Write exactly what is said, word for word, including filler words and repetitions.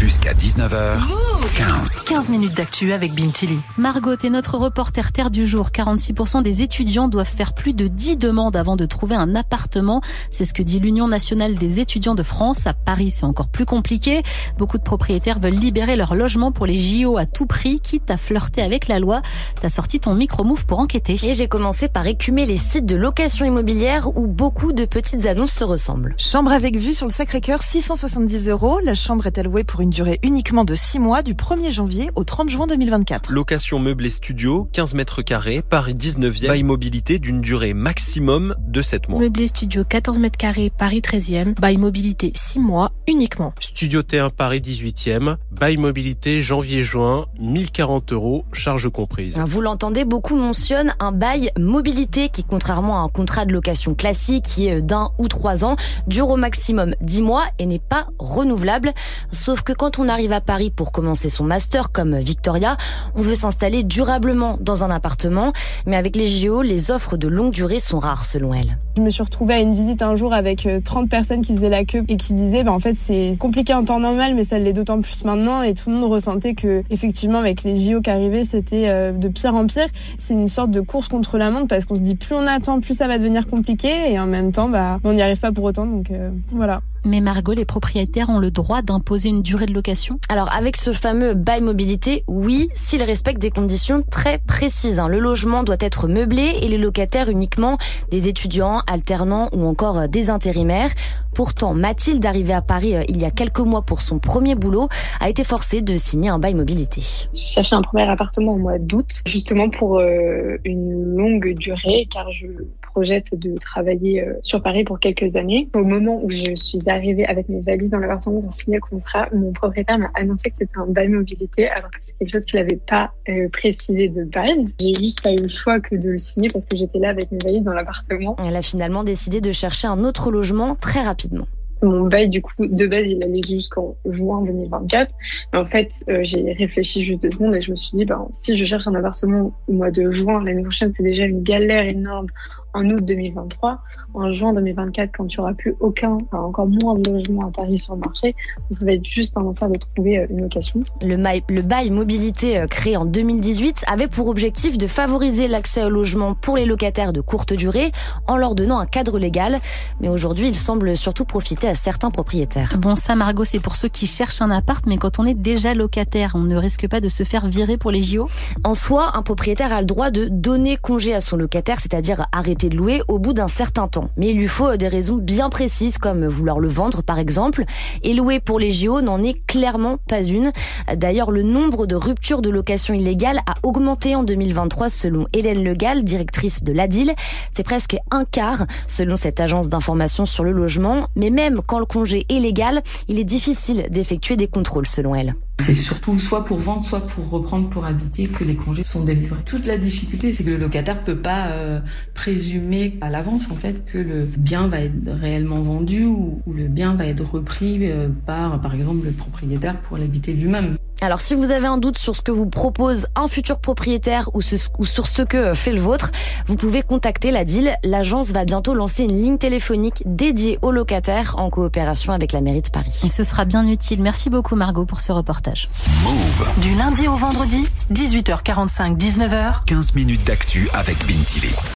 Jusqu'à dix-neuf heures quinze. quinze minutes d'actu avec Bintili. Margot est notre reporter terre du jour. quarante-six pour cent des étudiants doivent faire plus de dix demandes avant de trouver un appartement. C'est ce que dit l'Union nationale des étudiants de France. À Paris, c'est encore plus compliqué. Beaucoup de propriétaires veulent libérer leur logement pour les J O à tout prix, quitte à flirter avec la loi. T'as sorti ton micro-move pour enquêter. Et j'ai commencé par écumer les sites de location immobilière où beaucoup de petites annonces se ressemblent. Chambre avec vue sur le Sacré-Cœur, six cent soixante-dix euros. La chambre est allouée pour une durée uniquement de six mois, du premier janvier au trente juin deux mille vingt-quatre. Location meublée studio, quinze mètres carrés, Paris dix-neuvième, bail mobilité d'une durée maximum de sept mois. Meublé studio, quatorze mètres carrés, Paris treizième, bail mobilité six mois uniquement. Studio T un, Paris dix-huitième, bail mobilité janvier-juin, mille quarante euros, charges comprises. Vous l'entendez, beaucoup mentionnent un bail mobilité qui, contrairement à un contrat de location classique qui est d'un ou trois ans, dure au maximum dix mois et n'est pas renouvelable. Sauf que quand on arrive à Paris pour commencer son master comme Victoria, on veut s'installer durablement dans un appartement. Mais avec les J O, les offres de longue durée sont rares selon elle. Je me suis retrouvée à une visite un jour avec trente personnes qui faisaient la queue et qui disaient bah en fait c'est compliqué en temps normal mais ça l'est d'autant plus maintenant, et tout le monde ressentait que effectivement avec les J O qui arrivaient c'était de pire en pire. C'est une sorte de course contre la montre parce qu'on se dit plus on attend plus ça va devenir compliqué, et en même temps bah on n'y arrive pas pour autant, donc euh, voilà. Mais Margot, les propriétaires ont le droit d'imposer une durée de location ? Alors avec ce fameux bail mobilité, oui, s'ils respectent des conditions très précises. Le logement doit être meublé et les locataires uniquement des étudiants, alternants ou encore des intérimaires. Pourtant, Mathilde, arrivée à Paris il y a quelques mois pour son premier boulot, a été forcée de signer un bail mobilité. J'ai cherché un premier appartement au mois d'août, justement pour euh, une longue durée, car je projette de travailler euh, sur Paris pour quelques années. Au moment où je suis arrivée avec mes valises dans l'appartement pour signer le contrat, mon propriétaire m'a annoncé que c'était un bail mobilité, alors que c'est quelque chose qu'il n'avait pas euh, précisé de base. J'ai juste pas eu le choix que de le signer parce que j'étais là avec mes valises dans l'appartement. Elle a finalement décidé de chercher un autre logement très rapidement. Mon bail, du coup, de base, il allait jusqu'en juin deux mille vingt-quatre. Mais en fait, euh, j'ai réfléchi juste deux secondes et je me suis dit, ben, si je cherche un appartement au mois de juin, l'année prochaine, c'est déjà une galère énorme. En août deux mille vingt-trois, en juin deux mille vingt-quatre, quand il n'y aura plus aucun, enfin encore moins de logements à Paris sur le marché, ça va être juste un enfer de trouver une location. Le bail, le bail mobilité créé en deux mille dix-huit avait pour objectif de favoriser l'accès au logement pour les locataires de courte durée en leur donnant un cadre légal. Mais aujourd'hui, il semble surtout profiter à certains propriétaires. Bon, ça Margot, c'est pour ceux qui cherchent un appart, mais quand on est déjà locataire, on ne risque pas de se faire virer pour les J O ? En soi, un propriétaire a le droit de donner congé à son locataire, c'est-à-dire arrêter de louer au bout d'un certain temps. Mais il lui faut des raisons bien précises, comme vouloir le vendre par exemple. Et louer pour les J O n'en est clairement pas une. D'ailleurs, le nombre de ruptures de location illégale a augmenté en deux mille vingt-trois selon Hélène Legal, directrice de l'A D I L. C'est presque un quart selon cette agence d'information sur le logement. Mais même quand le congé est légal, il est difficile d'effectuer des contrôles selon elle. C'est surtout soit pour vendre, soit pour reprendre pour habiter que les congés sont délivrés. Toute la difficulté, c'est que le locataire peut pas euh, présumer à l'avance en fait que le bien va être réellement vendu ou, ou le bien va être repris euh, par, par exemple, le propriétaire pour l'habiter lui-même. Alors si vous avez un doute sur ce que vous propose un futur propriétaire ou, ce, ou sur ce que fait le vôtre, vous pouvez contacter l'A D I L. L'agence va bientôt lancer une ligne téléphonique dédiée aux locataires en coopération avec la mairie de Paris. Et ce sera bien utile. Merci beaucoup Margot pour ce reportage. Move. Du lundi au vendredi, dix-huit heures quarante-cinq, dix-neuf heures. quinze minutes d'actu avec Bintili.